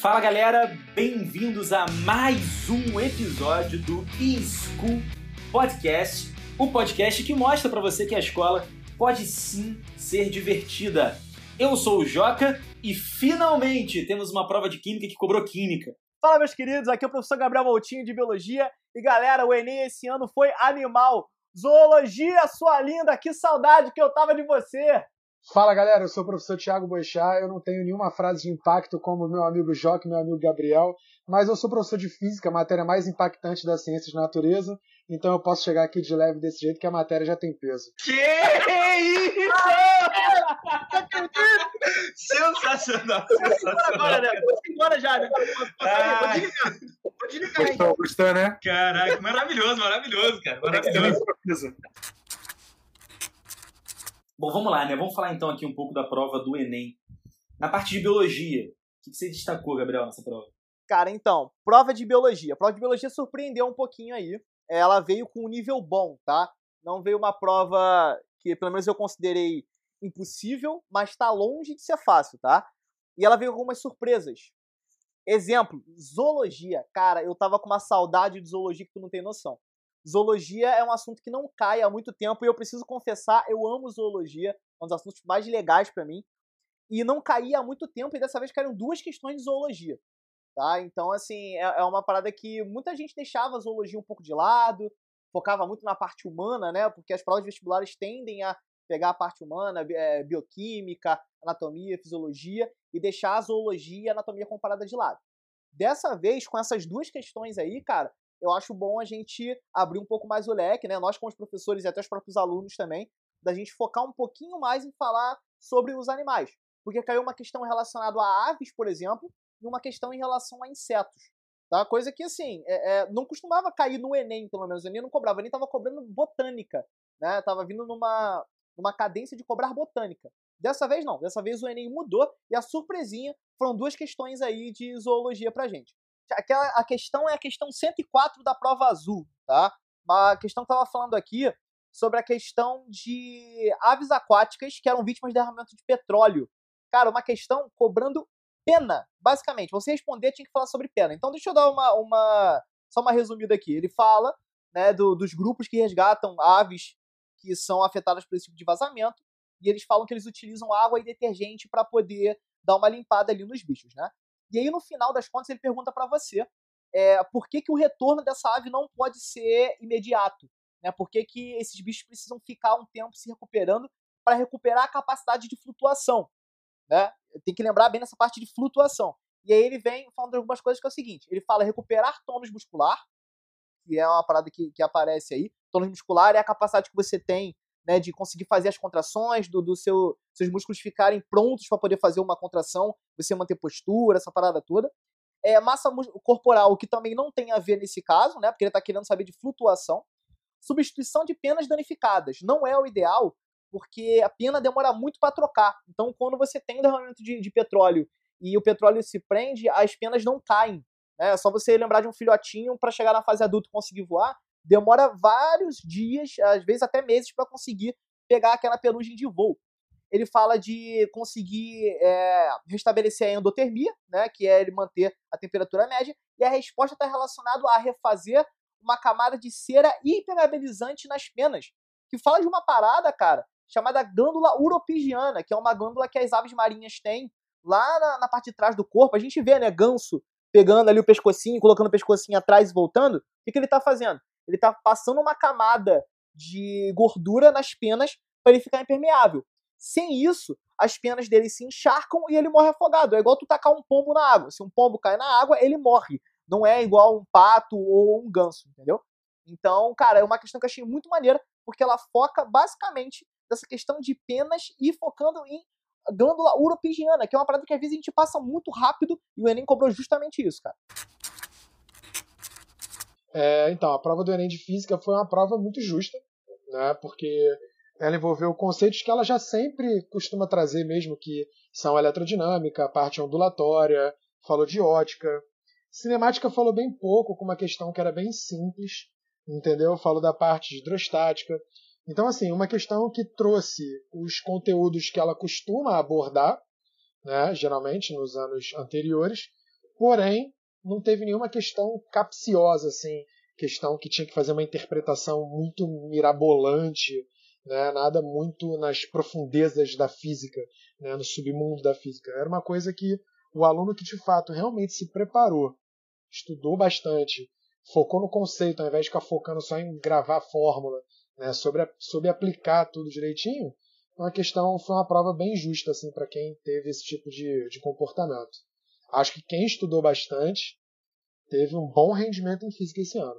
Fala galera, bem-vindos a mais um episódio do eSchool Podcast, o podcast que mostra pra você que a escola pode sim ser divertida. Eu sou o Joca e finalmente temos uma prova de química que cobrou química. Fala meus queridos, aqui é o professor Gabriel Moutinho de Biologia e galera, o Enem esse ano foi animal. Zoologia, sua linda, que saudade que eu tava de você! Fala galera, eu sou o professor Thiago Boechat, eu não tenho nenhuma frase de impacto como meu amigo Joca e meu amigo Gabriel, mas eu sou professor de Física, a matéria mais impactante das ciências da natureza, então eu posso chegar aqui de leve desse jeito que a matéria já tem peso. Que isso! Sensacional, sensacional. Agora, né? Vou embora já, né? Vou desligar aí. Gostou, né? Caraca, maravilhoso, cara. Maravilhoso. Bom, vamos lá, né? Vamos falar então aqui um pouco da prova do Enem. Na parte de biologia, o que você destacou, Gabriel, nessa prova? Cara, então, prova de biologia. Prova de biologia surpreendeu um pouquinho aí. Ela veio com um nível bom, tá? Não veio uma prova que, pelo menos, eu considerei impossível, mas tá longe de ser fácil, tá? E ela veio com algumas surpresas. Exemplo, zoologia. Cara, eu tava com uma saudade de zoologia que tu não tem noção. Zoologia é um assunto que não cai há muito tempo e eu preciso confessar, eu amo zoologia, é um dos assuntos mais legais pra mim. E não caía há muito tempo e dessa vez caíram duas questões de zoologia, tá? Então, assim, é uma parada que muita gente deixava a zoologia um pouco de lado, focava muito na parte humana, né? Porque as provas vestibulares tendem a pegar a parte humana, bioquímica, anatomia, fisiologia, e deixar a zoologia e a anatomia comparada de lado. Dessa vez, com essas duas questões aí, cara, eu acho bom a gente abrir um pouco mais o leque, né? Nós, como os professores e até os próprios alunos também, da gente focar um pouquinho mais em falar sobre os animais. Porque caiu uma questão relacionada a aves, por exemplo, e uma questão em relação a insetos. Tá? Coisa que, assim, não costumava cair no Enem, pelo menos. O Enem não cobrava, o Enem estava cobrando botânica, né? Tava vindo numa cadência de cobrar botânica. Dessa vez, não. Dessa vez o Enem mudou e a surpresinha foram duas questões aí de zoologia pra gente. A questão é a questão 104 da prova azul, tá? A questão que eu estava falando aqui sobre a questão de aves aquáticas que eram vítimas de derramamento de petróleo. Cara, uma questão cobrando pena, basicamente. Você responder tinha que falar sobre pena. Então deixa eu dar só uma resumida aqui. Ele fala, né, dos grupos que resgatam aves que são afetadas por esse tipo de vazamento e eles falam que eles utilizam água e detergente para poder dar uma limpada ali nos bichos, né? E aí, no final das contas, ele pergunta para você por que o retorno dessa ave não pode ser imediato, né? Por que esses bichos precisam ficar um tempo se recuperando para recuperar a capacidade de flutuação, né? Tem que lembrar bem nessa parte de flutuação. E aí ele vem falando de algumas coisas que é o seguinte, ele fala recuperar tônus muscular, que é uma parada que aparece aí. Tônus muscular é a capacidade que você tem, né, de conseguir fazer as contrações, seus músculos ficarem prontos para poder fazer uma contração, você manter postura, essa parada toda. Massa corporal, que também não tem a ver nesse caso, né, porque ele está querendo saber de flutuação. Substituição de penas danificadas. Não é o ideal, porque a pena demora muito para trocar. Então, quando você tem um derramamento de petróleo e o petróleo se prende, as penas não caem. É só você lembrar de um filhotinho para chegar na fase adulta e conseguir voar, demora vários dias, às vezes até meses, para conseguir pegar aquela penugem de voo. Ele fala de conseguir restabelecer a endotermia, né, que é ele manter a temperatura média, e a resposta está relacionada a refazer uma camada de cera hipermeabilizante nas penas, que fala de uma parada, cara, chamada glândula uropigiana, que é uma glândula que as aves marinhas têm lá na parte de trás do corpo. A gente vê, né, ganso pegando ali o pescocinho, colocando o pescocinho atrás e voltando. O que ele está fazendo? Ele está passando uma camada de gordura nas penas para ele ficar impermeável. Sem isso, as penas dele se encharcam e ele morre afogado. É igual tu tacar um pombo na água. Se um pombo cai na água, ele morre. Não é igual um pato ou um ganso, entendeu? Então, cara, é uma questão que eu achei muito maneira, porque ela foca basicamente nessa questão de penas e focando em glândula uropigiana, que é uma parada que às vezes a gente passa muito rápido e o Enem cobrou justamente isso, cara. Então, a prova do Enem de Física foi uma prova muito justa, né? Porque ela envolveu conceitos que ela já sempre costuma trazer mesmo, que são eletrodinâmica, a parte ondulatória, falou de ótica. Cinemática falou bem pouco, com uma questão que era bem simples, entendeu? Falou da parte de hidrostática. Então, assim, uma questão que trouxe os conteúdos que ela costuma abordar, né, geralmente nos anos anteriores, porém não teve nenhuma questão capciosa, assim, questão que tinha que fazer uma interpretação muito mirabolante, né, nada muito nas profundezas da física, né, no submundo da física. Era uma coisa que o aluno que de fato realmente se preparou, estudou bastante, focou no conceito, ao invés de ficar focando só em gravar a fórmula, né, sobre aplicar tudo direitinho, foi uma prova bem justa assim, para quem teve esse tipo de comportamento. Acho que quem estudou bastante teve um bom rendimento em física esse ano.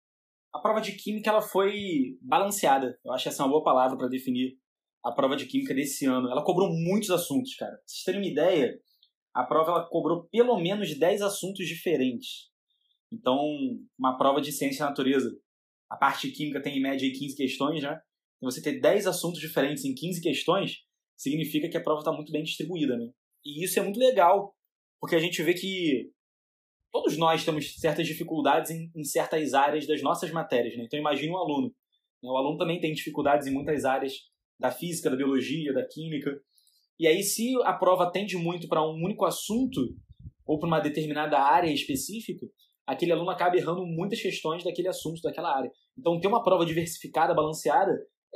A prova de química ela foi balanceada. Eu acho que essa é uma boa palavra para definir a prova de química desse ano. Ela cobrou muitos assuntos, cara. Pra vocês terem uma ideia, a prova ela cobrou pelo menos 10 assuntos diferentes. Então, uma prova de ciência e natureza. A parte de química tem em média 15 questões, né? Então, você ter 10 assuntos diferentes em 15 questões significa que a prova está muito bem distribuída, né? E isso é muito legal, porque a gente vê que todos nós temos certas dificuldades em certas áreas das nossas matérias, né? Então, imagine um aluno. O aluno também tem dificuldades em muitas áreas da física, da biologia, da química. E aí, se a prova tende muito para um único assunto ou para uma determinada área específica, aquele aluno acaba errando muitas questões daquele assunto, daquela área. Então, ter uma prova diversificada, balanceada,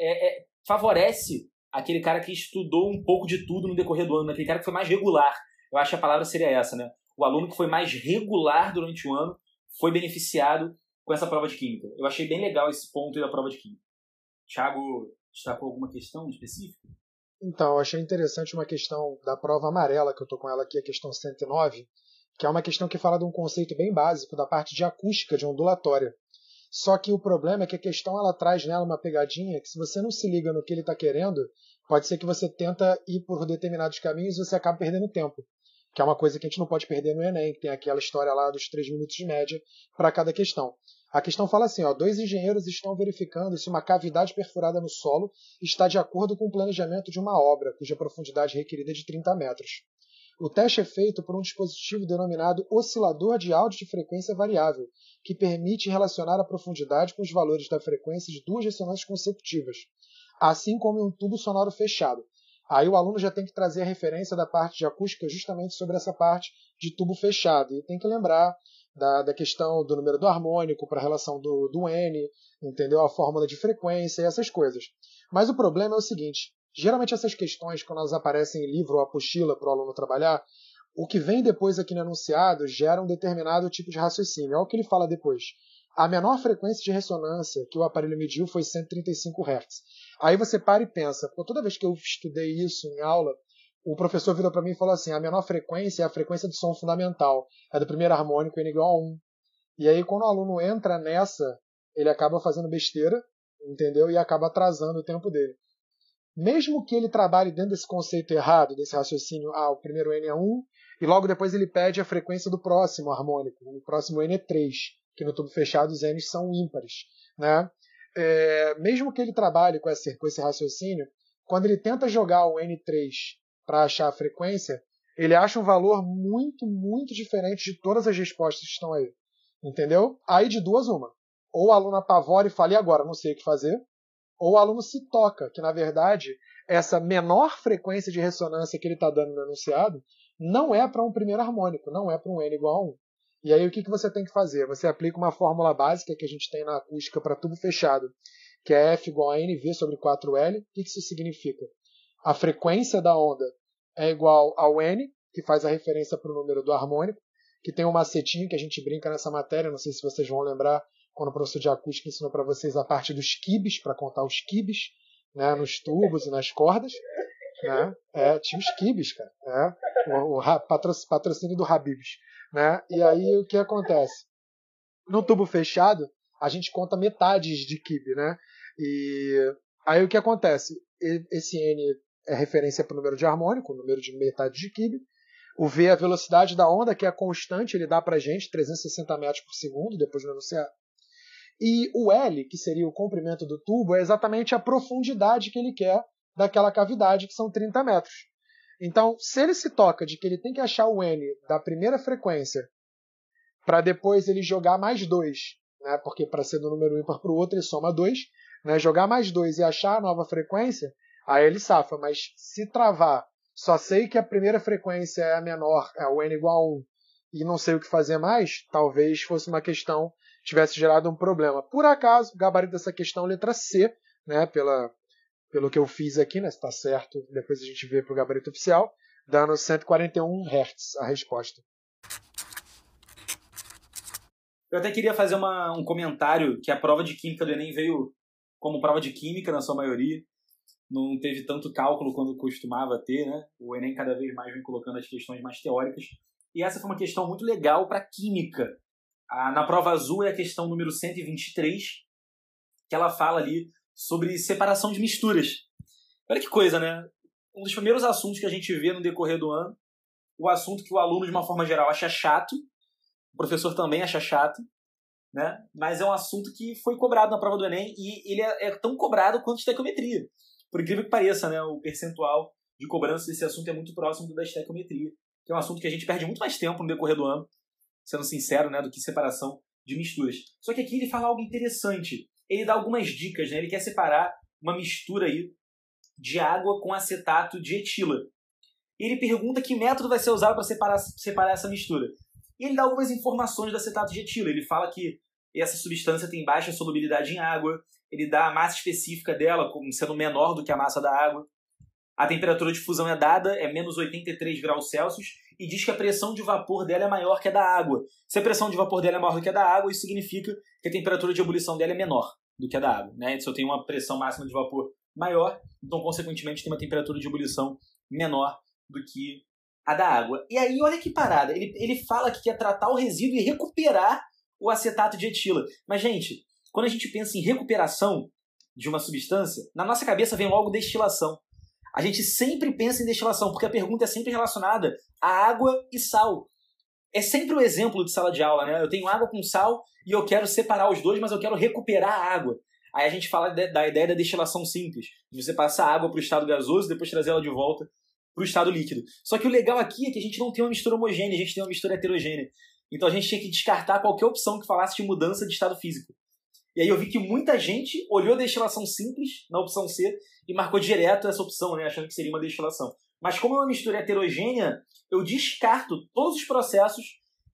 favorece aquele cara que estudou um pouco de tudo no decorrer do ano, aquele cara que foi mais regular. Eu acho que a palavra seria essa, né? O aluno que foi mais regular durante o ano foi beneficiado com essa prova de química. Eu achei bem legal esse ponto da prova de química. Thiago destacou alguma questão específica? Então, eu achei interessante uma questão da prova amarela, que eu estou com ela aqui, a questão 109, que é uma questão que fala de um conceito bem básico da parte de acústica de ondulatória. Só que o problema é que a questão ela traz nela uma pegadinha que, se você não se liga no que ele está querendo, pode ser que você tenta ir por determinados caminhos e você acaba perdendo tempo. Que é uma coisa que a gente não pode perder no Enem, que tem aquela história lá dos 3 minutos de média para cada questão. A questão fala assim, 2 engenheiros estão verificando se uma cavidade perfurada no solo está de acordo com o planejamento de uma obra, cuja profundidade requerida é de 30 metros. O teste é feito por um dispositivo denominado oscilador de áudio de frequência variável, que permite relacionar a profundidade com os valores da frequência de 2 ressonâncias consecutivas, assim como em um tubo sonoro fechado. Aí o aluno já tem que trazer a referência da parte de acústica justamente sobre essa parte de tubo fechado. E tem que lembrar da questão do número do harmônico para a relação do N, entendeu? A fórmula de frequência e essas coisas. Mas o problema é o seguinte, geralmente essas questões, quando elas aparecem em livro ou apostila para o aluno trabalhar, o que vem depois aqui no enunciado gera um determinado tipo de raciocínio. Olha o que ele fala depois. A menor frequência de ressonância que o aparelho mediu foi 135 Hz. Aí você para e pensa, toda vez que eu estudei isso em aula, o professor virou para mim e falou assim, a menor frequência é a frequência do som fundamental, é do primeiro harmônico N igual a 1. E aí quando o aluno entra nessa, ele acaba fazendo besteira, entendeu? E acaba atrasando o tempo dele. Mesmo que ele trabalhe dentro desse conceito errado, desse raciocínio, o primeiro N é 1, e logo depois ele pede a frequência do próximo harmônico, o próximo N é 3, que no tubo fechado os N's são ímpares, né? Mesmo que ele trabalhe com esse raciocínio, quando ele tenta jogar o N3 para achar a frequência, ele acha um valor muito, muito diferente de todas as respostas que estão aí. Entendeu? Aí de duas uma. Ou o aluno apavora e fala, e agora? Não sei o que fazer. Ou o aluno se toca, que na verdade essa menor frequência de ressonância que ele está dando no enunciado não é para um primeiro harmônico, não é para um N igual a 1. E aí o que você tem que fazer? Você aplica uma fórmula básica que a gente tem na acústica para tubo fechado, que é F igual a NV sobre 4L. O que isso significa? A frequência da onda é igual ao N, que faz a referência para o número do harmônico, que tem um macetinho que a gente brinca nessa matéria, não sei se vocês vão lembrar, quando o professor de acústica ensinou para vocês a parte dos quibes, para contar os quibes, né, nos tubos e nas cordas. Né? Tinha os quibes, cara. O patrocínio do Habib's. Né? E aí o que acontece? No tubo fechado, a gente conta metades de quibe. Né? E aí o que acontece? Esse N é referência para o número de harmônico, o número de metade de quibe. O V é a velocidade da onda, que é constante, ele dá para a gente 360 metros por segundo, depois do enunciado. E o L, que seria o comprimento do tubo, é exatamente a profundidade que ele quer daquela cavidade, que são 30 metros. Então, se ele se toca de que ele tem que achar o N da primeira frequência para depois ele jogar mais 2, né, porque para ser do número ímpar para o outro ele soma 2, né, jogar mais 2 e achar a nova frequência, aí ele safa. Mas se travar, só sei que a primeira frequência é a menor, é o N igual a 1, e não sei o que fazer mais, talvez fosse uma questão que tivesse gerado um problema. Por acaso, gabarito dessa questão, letra C, né, pelo que eu fiz aqui, né, se está certo, depois a gente vê para o gabarito oficial, dando 141 Hz a resposta. Eu até queria fazer um comentário que a prova de Química do Enem veio como prova de Química, na sua maioria. Não teve tanto cálculo quanto costumava ter, né? O Enem cada vez mais vem colocando as questões mais teóricas. E essa foi uma questão muito legal para Química. Na prova azul é a questão número 123, que ela fala ali sobre separação de misturas. Olha que coisa, né? Um dos primeiros assuntos que a gente vê no decorrer do ano, o assunto que o aluno, de uma forma geral, acha chato, o professor também acha chato, né? Mas é um assunto que foi cobrado na prova do Enem e ele é tão cobrado quanto estequiometria. Por incrível que pareça, né? O percentual de cobrança desse assunto é muito próximo do da estequiometria, que é um assunto que a gente perde muito mais tempo no decorrer do ano, sendo sincero, né? Do que separação de misturas. Só que aqui ele fala algo interessante. Ele dá algumas dicas, né? Ele quer separar uma mistura aí de água com acetato de etila. E ele pergunta que método vai ser usado para separar essa mistura. E ele dá algumas informações do acetato de etila. Ele fala que essa substância tem baixa solubilidade em água, ele dá a massa específica dela como sendo menor do que a massa da água. A temperatura de fusão é dada, é menos 83 graus Celsius, e diz que a pressão de vapor dela é maior que a da água. Se a pressão de vapor dela é maior do que a da água, isso significa que a temperatura de ebulição dela é menor do que a da água, né? Se eu tenho uma pressão máxima de vapor maior, então, consequentemente, tem uma temperatura de ebulição menor do que a da água. E aí, olha que parada. Ele fala que quer tratar o resíduo e recuperar o acetato de etila. Mas, gente, quando a gente pensa em recuperação de uma substância, na nossa cabeça vem logo destilação. A gente sempre pensa em destilação, porque a pergunta é sempre relacionada a água e sal. É sempre o exemplo de sala de aula, né? Eu tenho água com sal e eu quero separar os dois, mas eu quero recuperar a água. Aí a gente fala da ideia da destilação simples, de você passar a água para o estado gasoso e depois trazer ela de volta para o estado líquido. Só que o legal aqui é que a gente não tem uma mistura homogênea, a gente tem uma mistura heterogênea. Então a gente tinha que descartar qualquer opção que falasse de mudança de estado físico. E aí eu vi que muita gente olhou a destilação simples na opção C e marcou direto essa opção, né, achando que seria uma destilação. Mas como é uma mistura heterogênea, eu descarto todos os processos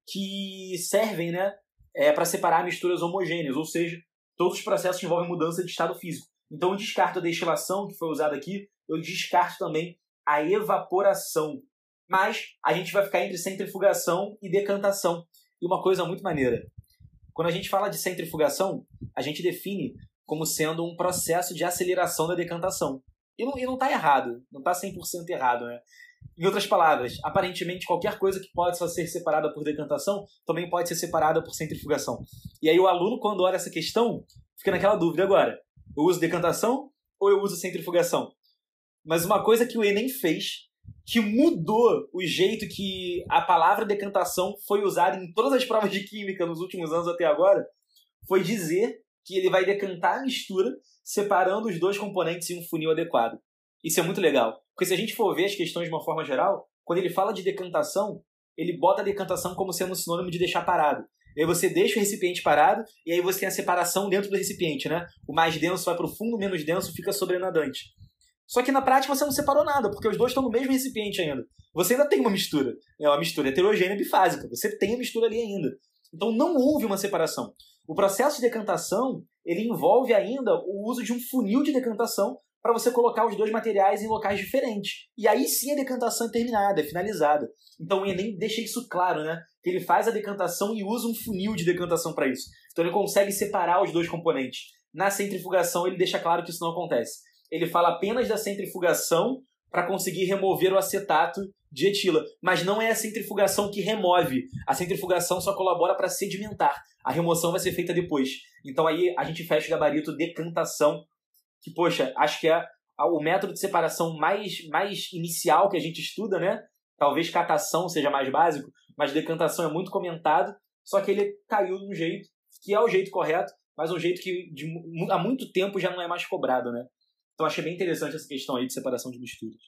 que servem, né, para separar misturas homogêneas, ou seja, todos os processos que envolvem mudança de estado físico. Então eu descarto a destilação, que foi usada aqui, eu descarto também a evaporação. Mas a gente vai ficar entre centrifugação e decantação. E uma coisa muito maneira. Quando a gente fala de centrifugação, a gente define como sendo um processo de aceleração da decantação. E não está errado, não está 100% errado, né? Em outras palavras, aparentemente qualquer coisa que pode só ser separada por decantação também pode ser separada por centrifugação. E aí o aluno, quando olha essa questão, fica naquela dúvida agora. Eu uso decantação ou eu uso centrifugação? Mas uma coisa que o Enem fez, que mudou o jeito que a palavra decantação foi usada em todas as provas de química nos últimos anos até agora, foi dizer que ele vai decantar a mistura separando os dois componentes em um funil adequado. Isso é muito legal, porque se a gente for ver as questões de uma forma geral, quando ele fala de decantação, ele bota a decantação como sendo um sinônimo de deixar parado. E aí você deixa o recipiente parado, e aí você tem a separação dentro do recipiente, né? O mais denso vai para o fundo, o menos denso fica sobrenadante. Só que na prática você não separou nada, porque os dois estão no mesmo recipiente ainda. Você ainda tem uma mistura. É uma mistura heterogênea bifásica. Você tem a mistura ali ainda. Então não houve uma separação. O processo de decantação, ele envolve ainda o uso de um funil de decantação para você colocar os dois materiais em locais diferentes. E aí sim a decantação é terminada, é finalizada. Então o Enem deixa isso claro, né? Que ele faz a decantação e usa um funil de decantação para isso. Então ele consegue separar os dois componentes. Na centrifugação ele deixa claro que isso não acontece. Ele fala apenas da centrifugação para conseguir remover o acetato de etila. Mas não é a centrifugação que remove. A centrifugação só colabora para sedimentar. A remoção vai ser feita depois. Então aí a gente fecha o gabarito decantação, que, poxa, acho que é o método de separação mais inicial que a gente estuda, né? Talvez catação seja mais básico, mas decantação é muito comentado, só que ele caiu de um jeito que é o jeito correto, mas um jeito que há muito tempo já não é mais cobrado, né? Então achei bem interessante essa questão aí de separação de misturas.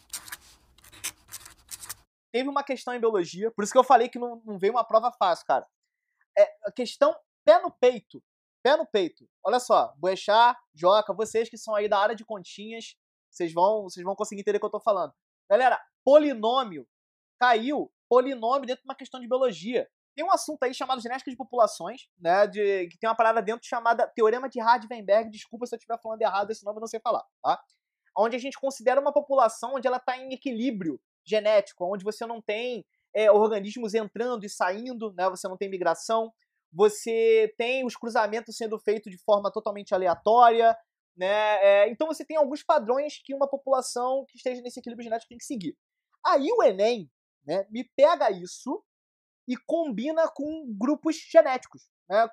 Teve uma questão em biologia, por isso que eu falei que não veio uma prova fácil, cara. A questão pé no peito. Pé no peito. Olha só, Boechat, Joca, vocês que são aí da área de continhas, vocês vão conseguir entender o que eu tô falando. Galera, polinômio caiu polinômio dentro de uma questão de biologia. Tem um assunto aí chamado genética de populações, né, que tem uma parada dentro chamada Teorema de Hardy-Weinberg, desculpa se eu estiver falando errado, esse nome eu não sei falar, tá? Onde a gente considera uma população onde ela está em equilíbrio genético, onde você não tem organismos entrando e saindo, né, você não tem migração, você tem os cruzamentos sendo feitos de forma totalmente aleatória, né, então você tem alguns padrões que uma população que esteja nesse equilíbrio genético tem que seguir. Aí o Enem, né, me pega isso e combina com grupos genéticos, né,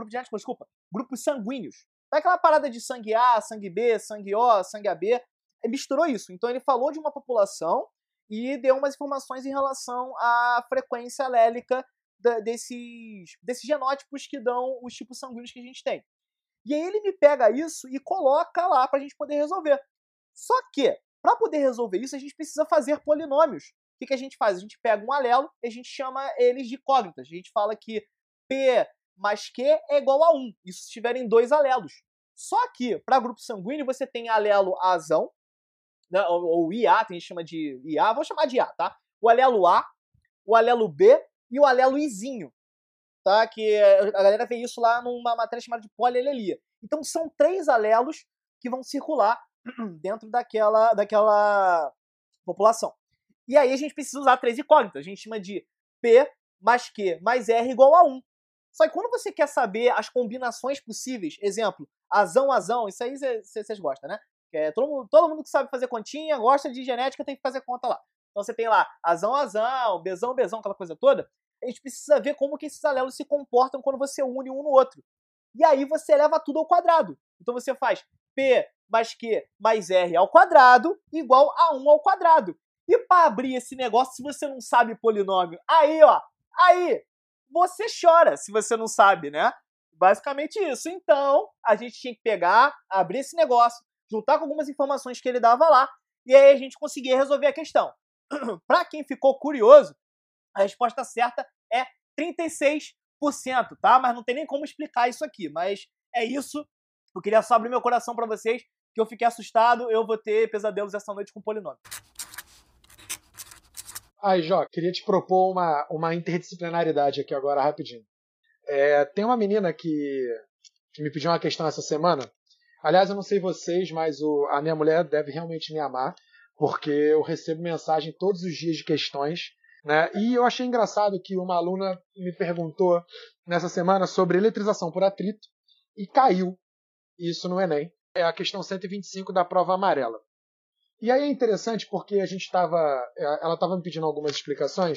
grupos sanguíneos. Não é aquela parada de sangue A, sangue B, sangue O, sangue AB, ele misturou isso. Então ele falou de uma população e deu umas informações em relação à frequência alélica desses genótipos que dão os tipos sanguíneos que a gente tem. E aí ele me pega isso e coloca lá pra gente poder resolver. Só que, para poder resolver isso, a gente precisa fazer polinômios. O que a gente faz? A gente pega um alelo e a gente chama eles de incógnitas. A gente fala que P mais Q é igual a 1. Isso se tiverem 2 alelos. Só que, para grupo sanguíneo, você tem alelo Azão, né, ou IA, tem gente que chama de IA, vou chamar de IA, tá? O alelo A, o alelo B e o alelo Izinho, tá? Que a galera vê isso lá numa matéria chamada de polialelia. Então são 3 alelos que vão circular dentro daquela população. E aí a gente precisa usar 3 incógnitas. A gente chama de P mais Q mais R igual a 1. Só que quando você quer saber as combinações possíveis, exemplo, azão, isso aí vocês gostam, né? Todo mundo que sabe fazer continha, gosta de genética, tem que fazer conta lá. Então você tem lá azão, bezão, aquela coisa toda. A gente precisa ver como que esses alelos se comportam quando você une um no outro. E aí você leva tudo ao quadrado. Então você faz P mais Q mais R ao quadrado igual a 1 ao quadrado. E para abrir esse negócio, se você não sabe polinômio, aí você chora se você não sabe, né? Basicamente isso. Então, a gente tinha que pegar, abrir esse negócio, juntar com algumas informações que ele dava lá, e aí a gente conseguia resolver a questão. Para quem ficou curioso, a resposta certa é 36%, tá? Mas não tem nem como explicar isso aqui, mas é isso. Eu queria só abrir meu coração para vocês, que eu fiquei assustado, eu vou ter pesadelos essa noite com polinômio. Aí, Jó, queria te propor uma interdisciplinaridade aqui agora, rapidinho. Tem uma menina que me pediu uma questão essa semana. Aliás, eu não sei vocês, mas a minha mulher deve realmente me amar, porque eu recebo mensagem todos os dias de questões, né? E eu achei engraçado que uma aluna me perguntou nessa semana sobre eletrização por atrito e caiu isso no Enem. É a questão 125 da prova amarela. E aí é interessante porque ela estava me pedindo algumas explicações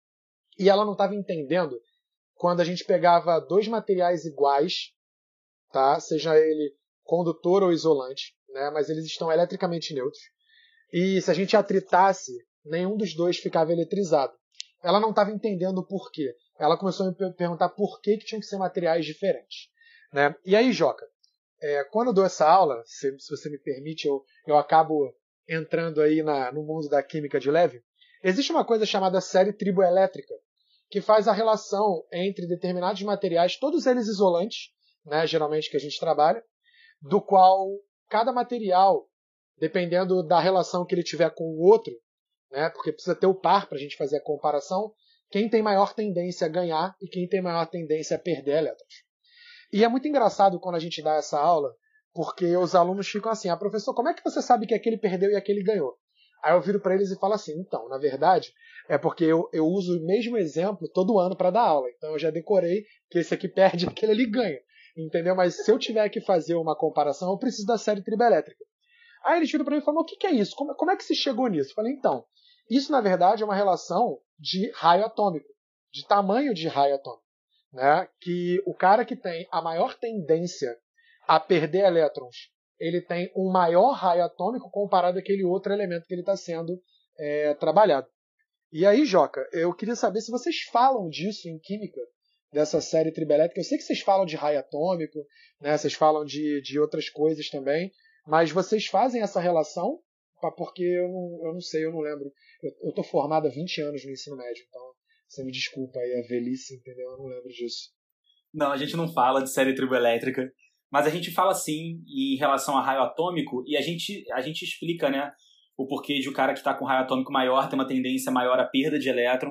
e ela não estava entendendo quando a gente pegava 2 materiais iguais, tá? Seja ele condutor ou isolante, né? Mas eles estão eletricamente neutros. E se a gente atritasse, nenhum dos 2 ficava eletrizado. Ela não estava entendendo o porquê. Ela começou a me perguntar por que tinham que ser materiais diferentes, né? E aí, Joca, quando eu dou essa aula, se você me permite, eu acabo entrando aí no mundo da química de leve, existe uma coisa chamada série triboelétrica, que faz a relação entre determinados materiais, todos eles isolantes, né, geralmente que a gente trabalha, do qual cada material, dependendo da relação que ele tiver com o outro, né, porque precisa ter o par para a gente fazer a comparação, quem tem maior tendência a ganhar e quem tem maior tendência a perder elétrons. E é muito engraçado quando a gente dá essa aula, porque os alunos ficam assim, professor, como é que você sabe que aquele perdeu e aquele ganhou? Aí eu viro para eles e falo assim, então, na verdade, é porque eu uso o mesmo exemplo todo ano para dar aula. Então eu já decorei que esse aqui perde e aquele ali ganha. Entendeu? Mas se eu tiver que fazer uma comparação, eu preciso da série triboelétrica. Aí eles viram para mim e falam, o que é isso? Como é que se chegou nisso? Eu falei, então, isso na verdade é uma relação de raio atômico, de tamanho de raio atômico, né? Que o cara que tem a maior tendência a perder elétrons, ele tem um maior raio atômico comparado àquele outro elemento que ele está sendo trabalhado. E aí, Joca, eu queria saber se vocês falam disso em química, dessa série triboelétrica. Eu sei que vocês falam de raio atômico, né? Vocês falam de outras coisas também, mas vocês fazem essa relação? Porque eu não sei, eu não lembro. Eu estou formado há 20 anos no ensino médio, então você me desculpa aí a velhice, entendeu? Eu não lembro disso. Não, a gente não fala de série triboelétrica. Mas a gente fala sim em relação a raio atômico e a gente explica, né, o porquê de o cara que está com raio atômico maior tem uma tendência maior à perda de elétrons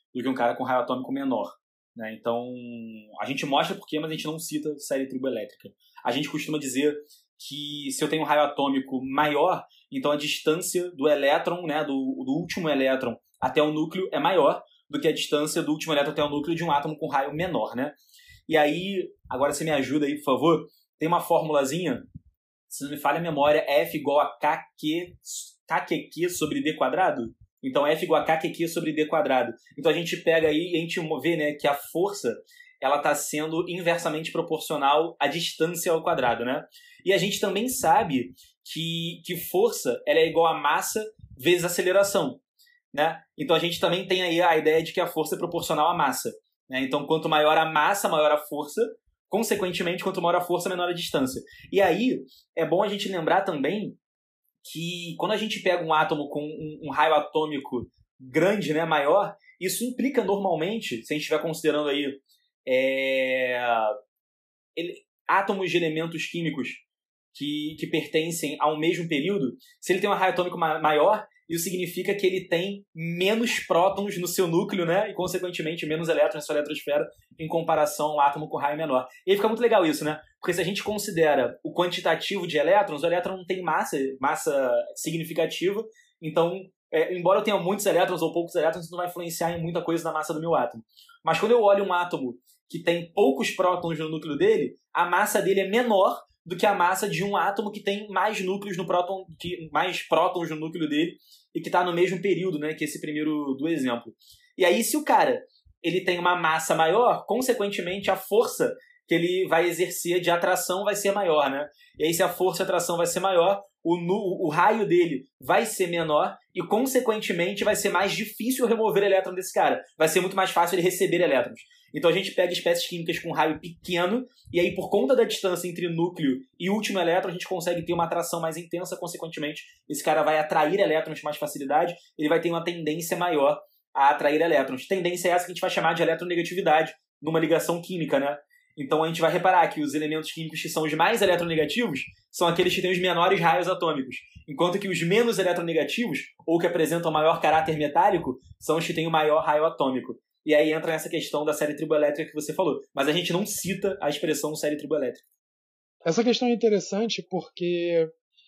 do que um cara com raio atômico menor. Né? Então, a gente mostra por quê, mas a gente não cita série triboelétrica. A gente costuma dizer que se eu tenho um raio atômico maior, então a distância do elétron, né, do último elétron até o núcleo é maior do que a distância do último elétron até o núcleo de um átomo com raio menor. Né? E aí, agora você me ajuda aí, por favor, tem uma formulazinha, se não me falha a memória, F igual a KQQ sobre D quadrado? Então, F igual a KQQ sobre D quadrado. Então, a gente pega aí e a gente vê, né, que a força ela está sendo inversamente proporcional à distância ao quadrado. Né? E a gente também sabe que força ela é igual a massa vezes aceleração. Né? Então, a gente também tem aí a ideia de que a força é proporcional à massa. Né? Então, quanto maior a massa, maior a força. Consequentemente, quanto maior a força, menor a distância. E aí, é bom a gente lembrar também que quando a gente pega um átomo com um raio atômico grande, né, maior, isso implica normalmente, se a gente estiver considerando aí átomos de elementos químicos que pertencem ao mesmo período, se ele tem um raio atômico maior, isso significa que ele tem menos prótons no seu núcleo, né? E, consequentemente, menos elétrons na sua eletrosfera em comparação a um átomo com raio menor. E aí fica muito legal isso, né? Porque se a gente considera o quantitativo de elétrons, o elétron não tem massa significativa. Então, embora eu tenha muitos elétrons ou poucos elétrons, isso não vai influenciar em muita coisa na massa do meu átomo. Mas quando eu olho um átomo que tem poucos prótons no núcleo dele, a massa dele é menor do que a massa de um átomo que tem mais núcleos no próton, mais prótons no núcleo dele e que está no mesmo período, né, que esse primeiro do exemplo. E aí, se o cara ele tem uma massa maior, consequentemente, a força que ele vai exercer de atração vai ser maior, né? E aí, se a força de atração vai ser maior, o raio dele vai ser menor e, consequentemente, vai ser mais difícil remover elétron desse cara. Vai ser muito mais fácil ele receber elétrons. Então, a gente pega espécies químicas com raio pequeno e aí, por conta da distância entre núcleo e último elétron, a gente consegue ter uma atração mais intensa. Consequentemente, esse cara vai atrair elétrons com mais facilidade, ele vai ter uma tendência maior a atrair elétrons. Tendência é essa que a gente vai chamar de eletronegatividade numa ligação química, né? Então, a gente vai reparar que os elementos químicos que são os mais eletronegativos são aqueles que têm os menores raios atômicos, enquanto que os menos eletronegativos, ou que apresentam maior caráter metálico, são os que têm o maior raio atômico. E aí entra nessa questão da série triboelétrica que você falou. Mas a gente não cita a expressão série triboelétrica. Essa questão é interessante porque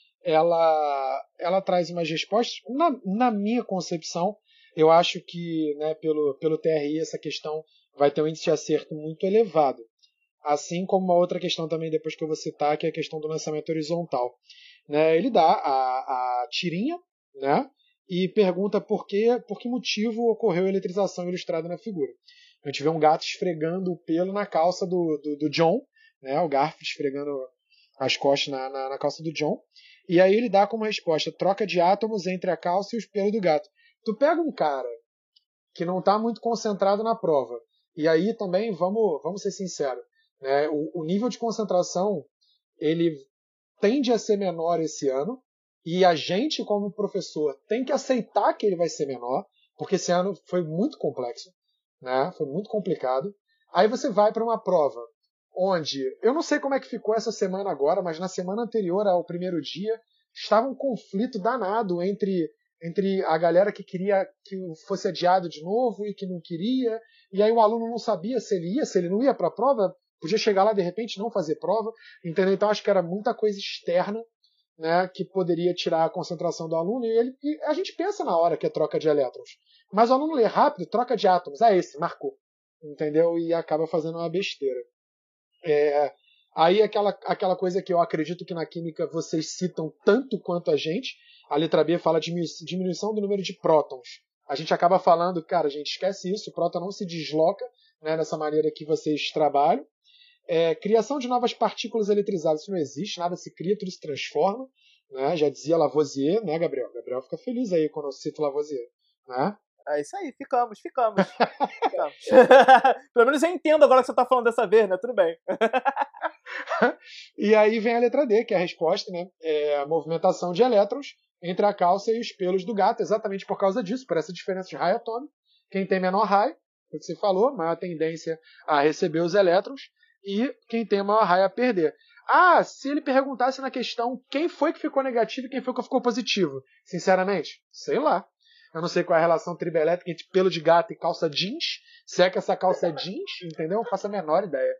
ela traz umas respostas. Na minha concepção, eu acho que, né, pelo TRI essa questão vai ter um índice de acerto muito elevado. Assim como uma outra questão também, depois que eu vou citar, que é a questão do lançamento horizontal. Né, ele dá a tirinha, né, e pergunta por que motivo ocorreu a eletrização ilustrada na figura. A gente vê um gato esfregando o pelo na calça do John, né, o Garfield esfregando as costas na calça do John, e aí ele dá como resposta troca de átomos entre a calça e os pelos do gato. Tu pega um cara que não está muito concentrado na prova, e aí também, vamos ser sinceros, né, o nível de concentração ele tende a ser menor esse ano, e a gente, como professor, tem que aceitar que ele vai ser menor, porque esse ano foi muito complexo, né? Foi muito complicado. Aí você vai para uma prova onde, eu não sei como é que ficou essa semana agora, mas na semana anterior ao primeiro dia, estava um conflito danado entre a galera que queria que fosse adiado de novo e que não queria, e aí o aluno não sabia se ele não ia para a prova, podia chegar lá de repente e não fazer prova, entendeu? Então acho que era muita coisa externa, né, que poderia tirar a concentração do aluno, e a gente pensa na hora que é troca de elétrons. Mas o aluno lê rápido, troca de átomos, esse, marcou. Entendeu? E acaba fazendo uma besteira. Aí aquela coisa que eu acredito que na química vocês citam tanto quanto a gente, a letra B fala de diminuição do número de prótons. A gente acaba falando, cara, a gente esquece isso, o próton não se desloca, né, dessa maneira que vocês trabalham. Criação de novas partículas eletrizadas, isso não existe, nada se cria, tudo se transforma, né? Já dizia Lavoisier, né, Gabriel? Gabriel fica feliz aí quando eu cito Lavoisier, né? É isso aí, ficamos. Pelo menos eu entendo agora que você está falando dessa vez, né? Tudo bem. E aí vem a letra D, que é a resposta, né? É a movimentação de elétrons entre a calça e os pelos do gato, exatamente por causa disso, por essa diferença de raio atômico. Quem tem menor raio, o que você falou, maior tendência a receber os elétrons, e quem tem maior raio a perder. Se ele perguntasse na questão quem foi que ficou negativo e quem foi que ficou positivo, sinceramente, sei lá. Eu não sei qual é a relação tribelétrica entre pelo de gato e calça jeans. Se é que essa calça é jeans, entendeu? Eu não faço a menor ideia.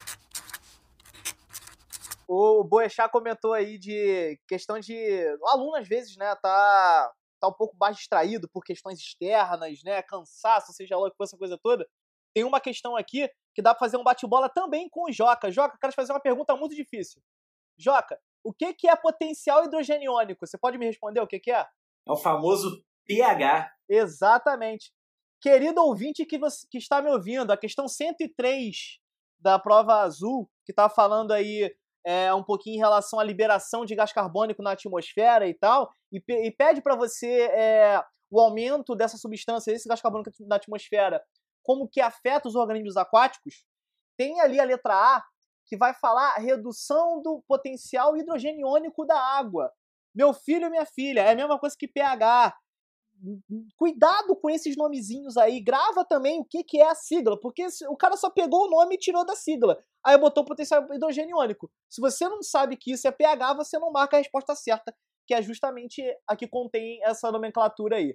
O Boechat comentou aí de questão de... O aluno, às vezes, né, tá um pouco mais distraído por questões externas, né, cansaço, seja lá o que for essa coisa toda. Tem uma questão aqui que dá pra fazer um bate-bola também com o Joca. Joca, quero te fazer uma pergunta muito difícil. Joca, o que é potencial hidrogeniônico? Você pode me responder o que é? É o famoso pH. Exatamente. Querido ouvinte que está me ouvindo, a questão 103 da prova azul, que está falando aí um pouquinho em relação à liberação de gás carbônico na atmosfera e tal, e pede para você o aumento dessa substância, desse gás carbônico na atmosfera, como que afeta os organismos aquáticos, tem ali a letra A, que vai falar redução do potencial hidrogeniônico da água. Meu filho e minha filha, é a mesma coisa que pH. Cuidado com esses nomezinhos aí, grava também o que é a sigla, porque o cara só pegou o nome e tirou da sigla, aí botou potencial hidrogeniônico. Se você não sabe que isso é pH, você não marca a resposta certa, que é justamente a que contém essa nomenclatura aí.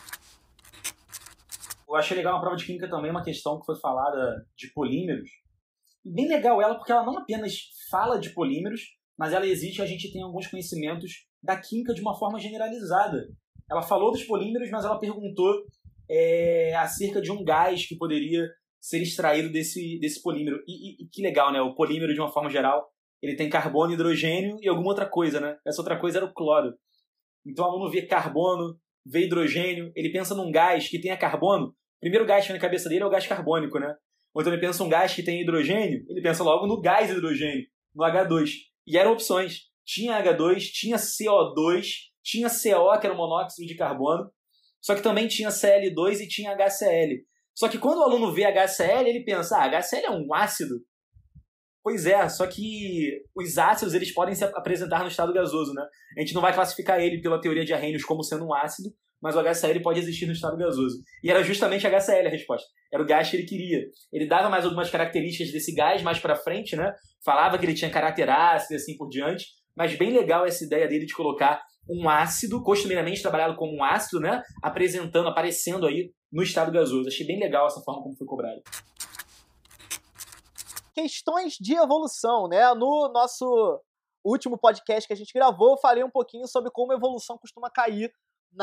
Eu achei legal na prova de química também uma questão que foi falada de polímeros. E bem legal ela, porque ela não apenas fala de polímeros, mas ela exige que a gente tenha alguns conhecimentos da química de uma forma generalizada. Ela falou dos polímeros, mas ela perguntou acerca de um gás que poderia ser extraído desse polímero. E que legal, né? O polímero, de uma forma geral, ele tem carbono, hidrogênio e alguma outra coisa, né? Essa outra coisa era o cloro. Então o aluno vê carbono, vê hidrogênio, ele pensa num gás que tenha carbono. O primeiro gás que vem na cabeça dele é o gás carbônico, né? Ou então ele pensa um gás que tem hidrogênio, ele pensa logo no gás hidrogênio, no H2. E eram opções. Tinha H2, tinha CO2, tinha CO, que era o monóxido de carbono, só que também tinha Cl2 e tinha HCl. Só que quando o aluno vê HCl, ele pensa, HCl é um ácido. Pois é, só que os ácidos eles podem se apresentar no estado gasoso, né? A gente não vai classificar ele pela teoria de Arrhenius como sendo um ácido, mas o HCl pode existir no estado gasoso. E era justamente HCl a resposta. Era o gás que ele queria. Ele dava mais algumas características desse gás mais pra frente, né? Falava que ele tinha caráter ácido e assim por diante, mas bem legal essa ideia dele de colocar um ácido, costumeiramente trabalhado como um ácido, né? Aparecendo aí no estado gasoso. Achei bem legal essa forma como foi cobrado. Questões de evolução, né? No nosso último podcast que a gente gravou, eu falei um pouquinho sobre como a evolução costuma cair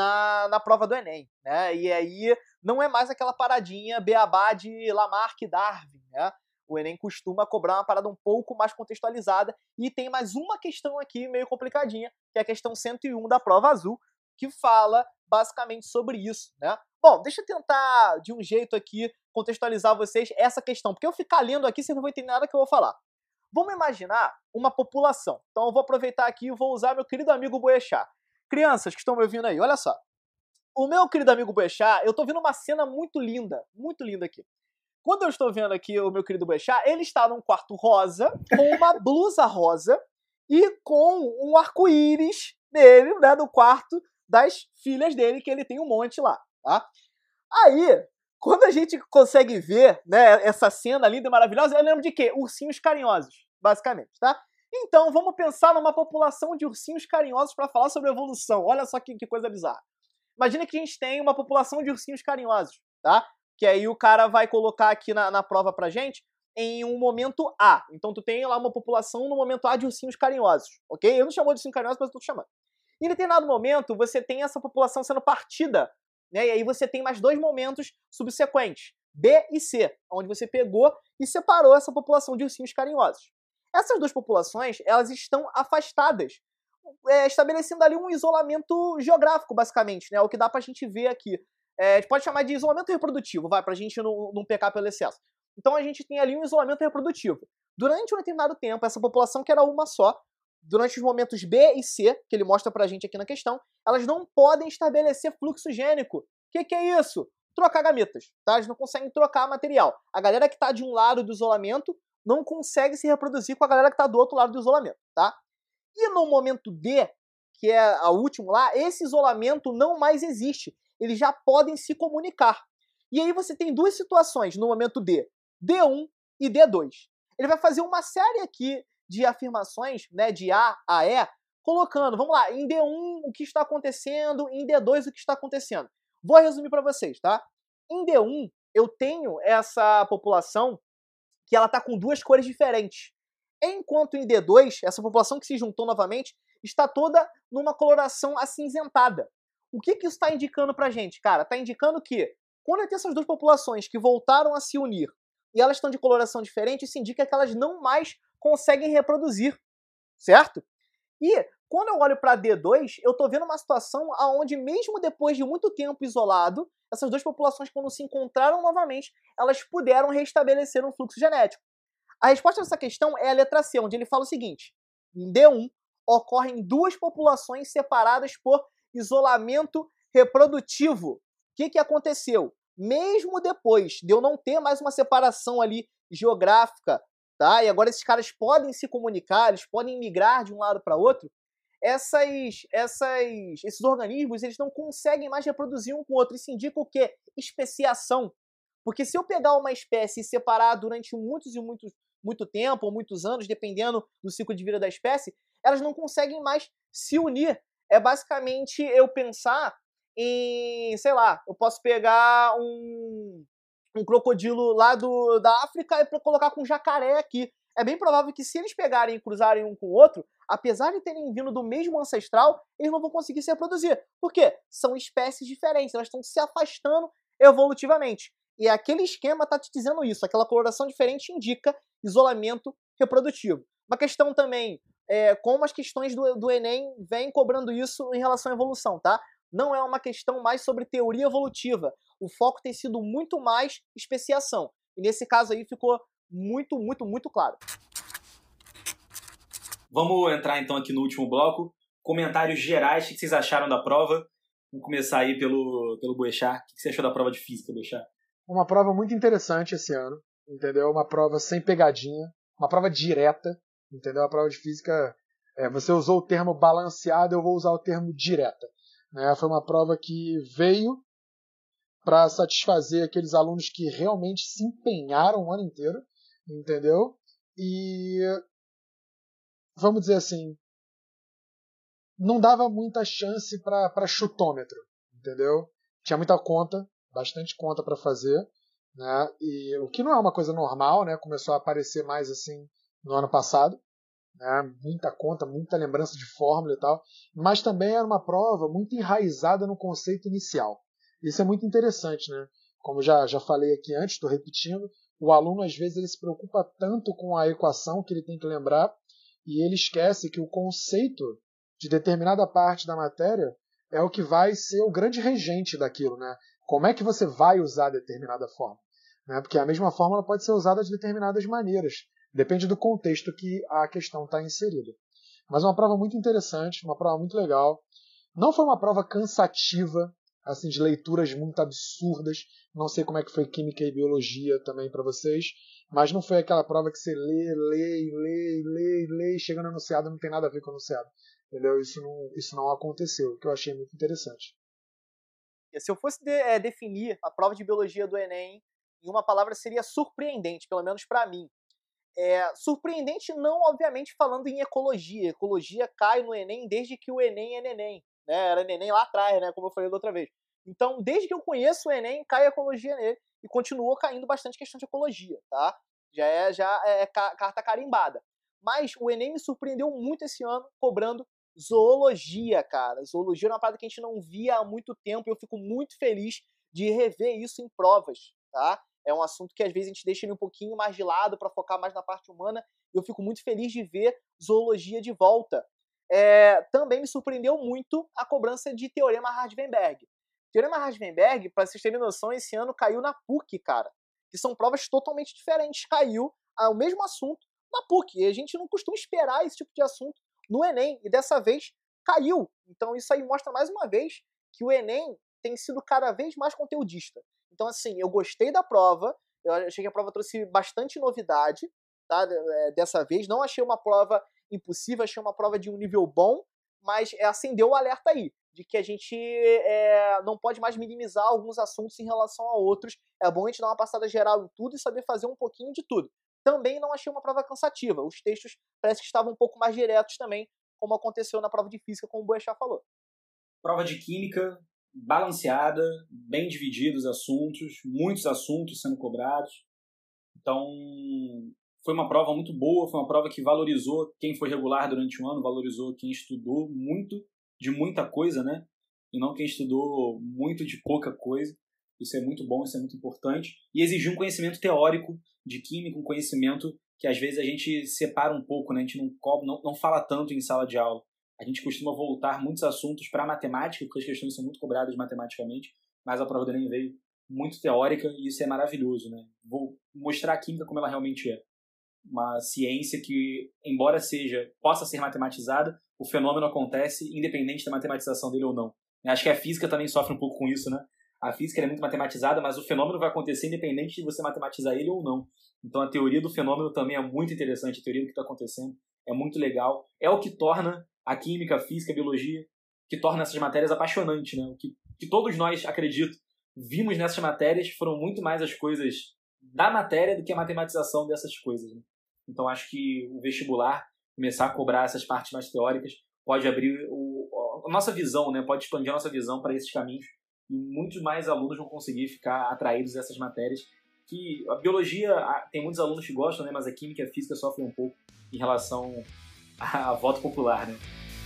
na prova do Enem, né? E aí não é mais aquela paradinha beabá de Lamarck e Darwin, né? O Enem costuma cobrar uma parada um pouco mais contextualizada e tem mais uma questão aqui meio complicadinha, que é a questão 101 da prova azul, que fala basicamente sobre isso, né? Bom, deixa eu tentar de um jeito aqui contextualizar vocês essa questão, porque eu ficar lendo aqui vocês não vão entender nada que eu vou falar. Vamos imaginar uma população. Então eu vou aproveitar aqui e vou usar meu querido amigo Boechat. Crianças que estão me ouvindo aí, olha só. O meu querido amigo Boechat, eu tô vendo uma cena muito linda aqui. Quando eu estou vendo aqui o meu querido Boechat, ele está num quarto rosa, com uma blusa rosa e com um arco-íris dele, né, no quarto das filhas dele, que ele tem um monte lá, tá? Aí, quando a gente consegue ver, né, essa cena linda e maravilhosa, eu lembro de quê? Ursinhos carinhosos, basicamente, tá? Então, vamos pensar numa população de ursinhos carinhosos para falar sobre evolução. Olha só que coisa bizarra. Imagina que a gente tem uma população de ursinhos carinhosos, tá? Que aí o cara vai colocar aqui na prova pra gente em um momento A. Então tu tem lá uma população no momento A de ursinhos carinhosos, ok? Eu não chamo de ursinhos carinhosos, mas eu tô chamando. E em determinado momento, você tem essa população sendo partida, né? E aí você tem mais dois momentos subsequentes, B e C, onde você pegou e separou essa população de ursinhos carinhosos. Essas duas populações, elas estão afastadas, estabelecendo ali um isolamento geográfico, basicamente, né? O que dá pra gente ver aqui. A gente pode chamar de isolamento reprodutivo, pra gente não pecar pelo excesso. Então a gente tem ali um isolamento reprodutivo. Durante um determinado tempo, essa população, que era uma só, durante os momentos B e C, que ele mostra pra gente aqui na questão, elas não podem estabelecer fluxo gênico. O que é isso? Trocar gametas, tá? Eles não conseguem trocar material. A galera que tá de um lado do isolamento não consegue se reproduzir com a galera que tá do outro lado do isolamento, tá? E no momento D, que é o último lá, esse isolamento não mais existe. Eles já podem se comunicar. E aí você tem duas situações no momento D, D1 e D2. Ele vai fazer uma série aqui de afirmações, né, de A a E, colocando, vamos lá, em D1 o que está acontecendo, em D2 o que está acontecendo. Vou resumir para vocês, tá? Em D1, eu tenho essa população que ela tá com duas cores diferentes. Enquanto em D2, essa população que se juntou novamente está toda numa coloração acinzentada. O que isso está indicando pra gente, cara? Está indicando que quando tem essas duas populações que voltaram a se unir e elas estão de coloração diferente, isso indica que elas não mais conseguem reproduzir, certo? E quando eu olho para D2, eu tô vendo uma situação onde mesmo depois de muito tempo isolado, essas duas populações, quando se encontraram novamente, elas puderam restabelecer um fluxo genético. A resposta dessa questão é a letra C, onde ele fala o seguinte: em D1, ocorrem duas populações separadas por isolamento reprodutivo. O que aconteceu? Mesmo depois de eu não ter mais uma separação ali geográfica, tá? E agora esses caras podem se comunicar, eles podem migrar de um lado para outro, esses organismos eles não conseguem mais reproduzir um com o outro. Isso indica o quê? Especiação. Porque se eu pegar uma espécie e separar durante muito tempo, ou muitos anos, dependendo do ciclo de vida da espécie, elas não conseguem mais se unir. É basicamente eu pensar em, sei lá, eu posso pegar um crocodilo lá da África e colocar com um jacaré aqui. É bem provável que se eles pegarem e cruzarem um com o outro, apesar de terem vindo do mesmo ancestral, eles não vão conseguir se reproduzir. Por quê? São espécies diferentes, elas estão se afastando evolutivamente. E aquele esquema está te dizendo isso, aquela coloração diferente indica isolamento reprodutivo. Uma questão também, como as questões do Enem vêm cobrando isso em relação à evolução, tá? Não é uma questão mais sobre teoria evolutiva. O foco tem sido muito mais especiação. E nesse caso aí ficou muito claro. Vamos entrar então aqui no último bloco. Comentários gerais, o que vocês acharam da prova? Vamos começar aí pelo Boechat. O que você achou da prova de física, Boechat? Uma prova muito interessante esse ano, entendeu? Uma prova sem pegadinha, uma prova direta, entendeu? A prova de física, você usou o termo balanceado, eu vou usar o termo direta. Né? Foi uma prova que veio para satisfazer aqueles alunos que realmente se empenharam o ano inteiro, entendeu? E, vamos dizer assim, não dava muita chance para chutômetro, entendeu? Tinha muita conta, bastante conta para fazer, né? E o que não é uma coisa normal, né? Começou a aparecer mais assim no ano passado, né? Muita conta, muita lembrança de fórmula e tal, mas também era uma prova muito enraizada no conceito inicial. Isso é muito interessante, né? Como já falei aqui antes, estou repetindo, o aluno às vezes ele se preocupa tanto com a equação que ele tem que lembrar e ele esquece que o conceito de determinada parte da matéria é o que vai ser o grande regente daquilo, né? Como é que você vai usar determinada fórmula? Né? Porque a mesma fórmula pode ser usada de determinadas maneiras. Depende do contexto que a questão está inserida. Mas uma prova muito interessante, uma prova muito legal. Não foi uma prova cansativa, assim, de leituras muito absurdas. Não sei como é que foi química e biologia também para vocês. Mas não foi aquela prova que você lê, e chega no enunciado, não tem nada a ver com o enunciado. Entendeu? Isso não aconteceu, o que eu achei muito interessante. Se eu fosse definir a prova de biologia do Enem em uma palavra, seria surpreendente, pelo menos para mim. Surpreendente não, obviamente, falando em ecologia. Ecologia cai no Enem desde que o Enem é neném. Né? Era neném lá atrás, né? Como eu falei da outra vez. Então, desde que eu conheço o Enem, cai a ecologia nele. E continuou caindo bastante questão de ecologia, tá? Já é carta carimbada. Mas o Enem me surpreendeu muito esse ano, cobrando zoologia, cara. Zoologia era uma parada que a gente não via há muito tempo e eu fico muito feliz de rever isso em provas, tá? É um assunto que às vezes a gente deixa ele um pouquinho mais de lado para focar mais na parte humana e eu fico muito feliz de ver zoologia de volta. Também me surpreendeu muito a cobrança de Teorema Hard-Weinberg. Teorema Hard-Weinberg, para vocês terem noção, esse ano caiu na PUC, cara. Que são provas totalmente diferentes. Caiu o mesmo assunto na PUC. E a gente não costuma esperar esse tipo de assunto no Enem. E dessa vez caiu. Então isso aí mostra mais uma vez que o Enem tem sido cada vez mais conteudista. Então, assim, eu gostei da prova. Eu achei que a prova trouxe bastante novidade, tá? Dessa vez. Não achei uma prova impossível, achei uma prova de um nível bom, mas acendeu o alerta aí, de que a gente não pode mais minimizar alguns assuntos em relação a outros. É bom a gente dar uma passada geral em tudo e saber fazer um pouquinho de tudo. Também não achei uma prova cansativa. Os textos parece que estavam um pouco mais diretos também, como aconteceu na prova de física, como o Boechat falou. Prova de química, balanceada, bem divididos os assuntos, muitos assuntos sendo cobrados. Então, foi uma prova muito boa, foi uma prova que valorizou quem foi regular durante o ano, valorizou quem estudou muito de muita coisa, né? E não quem estudou muito de pouca coisa. Isso é muito bom, isso é muito importante. E exigiu um conhecimento teórico de química, um conhecimento que às vezes a gente separa um pouco, né? A gente não fala tanto em sala de aula. A gente costuma voltar muitos assuntos para a matemática, porque as questões são muito cobradas matematicamente, mas a prova do Enem veio muito teórica e isso é maravilhoso, né? Vou mostrar a química como ela realmente é. Uma ciência que, embora possa ser matematizada, o fenômeno acontece independente da matematização dele ou não. Eu acho que a física também sofre um pouco com isso, né? A física é muito matematizada, mas o fenômeno vai acontecer independente de você matematizar ele ou não. Então a teoria do fenômeno também é muito interessante, a teoria do que está acontecendo é muito legal. É o que torna a química, a física, a biologia, que torna essas matérias apaixonantes, né? O que todos nós, acredito, vimos nessas matérias foram muito mais as coisas da matéria do que a matematização dessas coisas, né? Então acho que o vestibular, começar a cobrar essas partes mais teóricas, pode abrir a nossa visão, né? Pode expandir a nossa visão para esses caminhos e muitos mais alunos vão conseguir ficar atraídos a essas matérias. Que a biologia, tem muitos alunos que gostam, né? Mas a química e a física sofrem um pouco em relação a voto popular, né?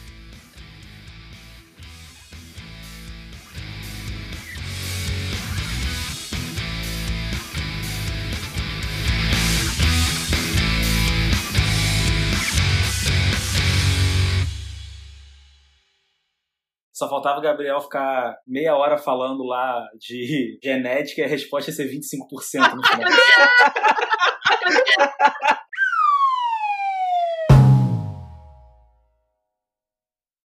Só faltava o Gabriel ficar meia hora falando lá de genética e a resposta ia ser 25% no final.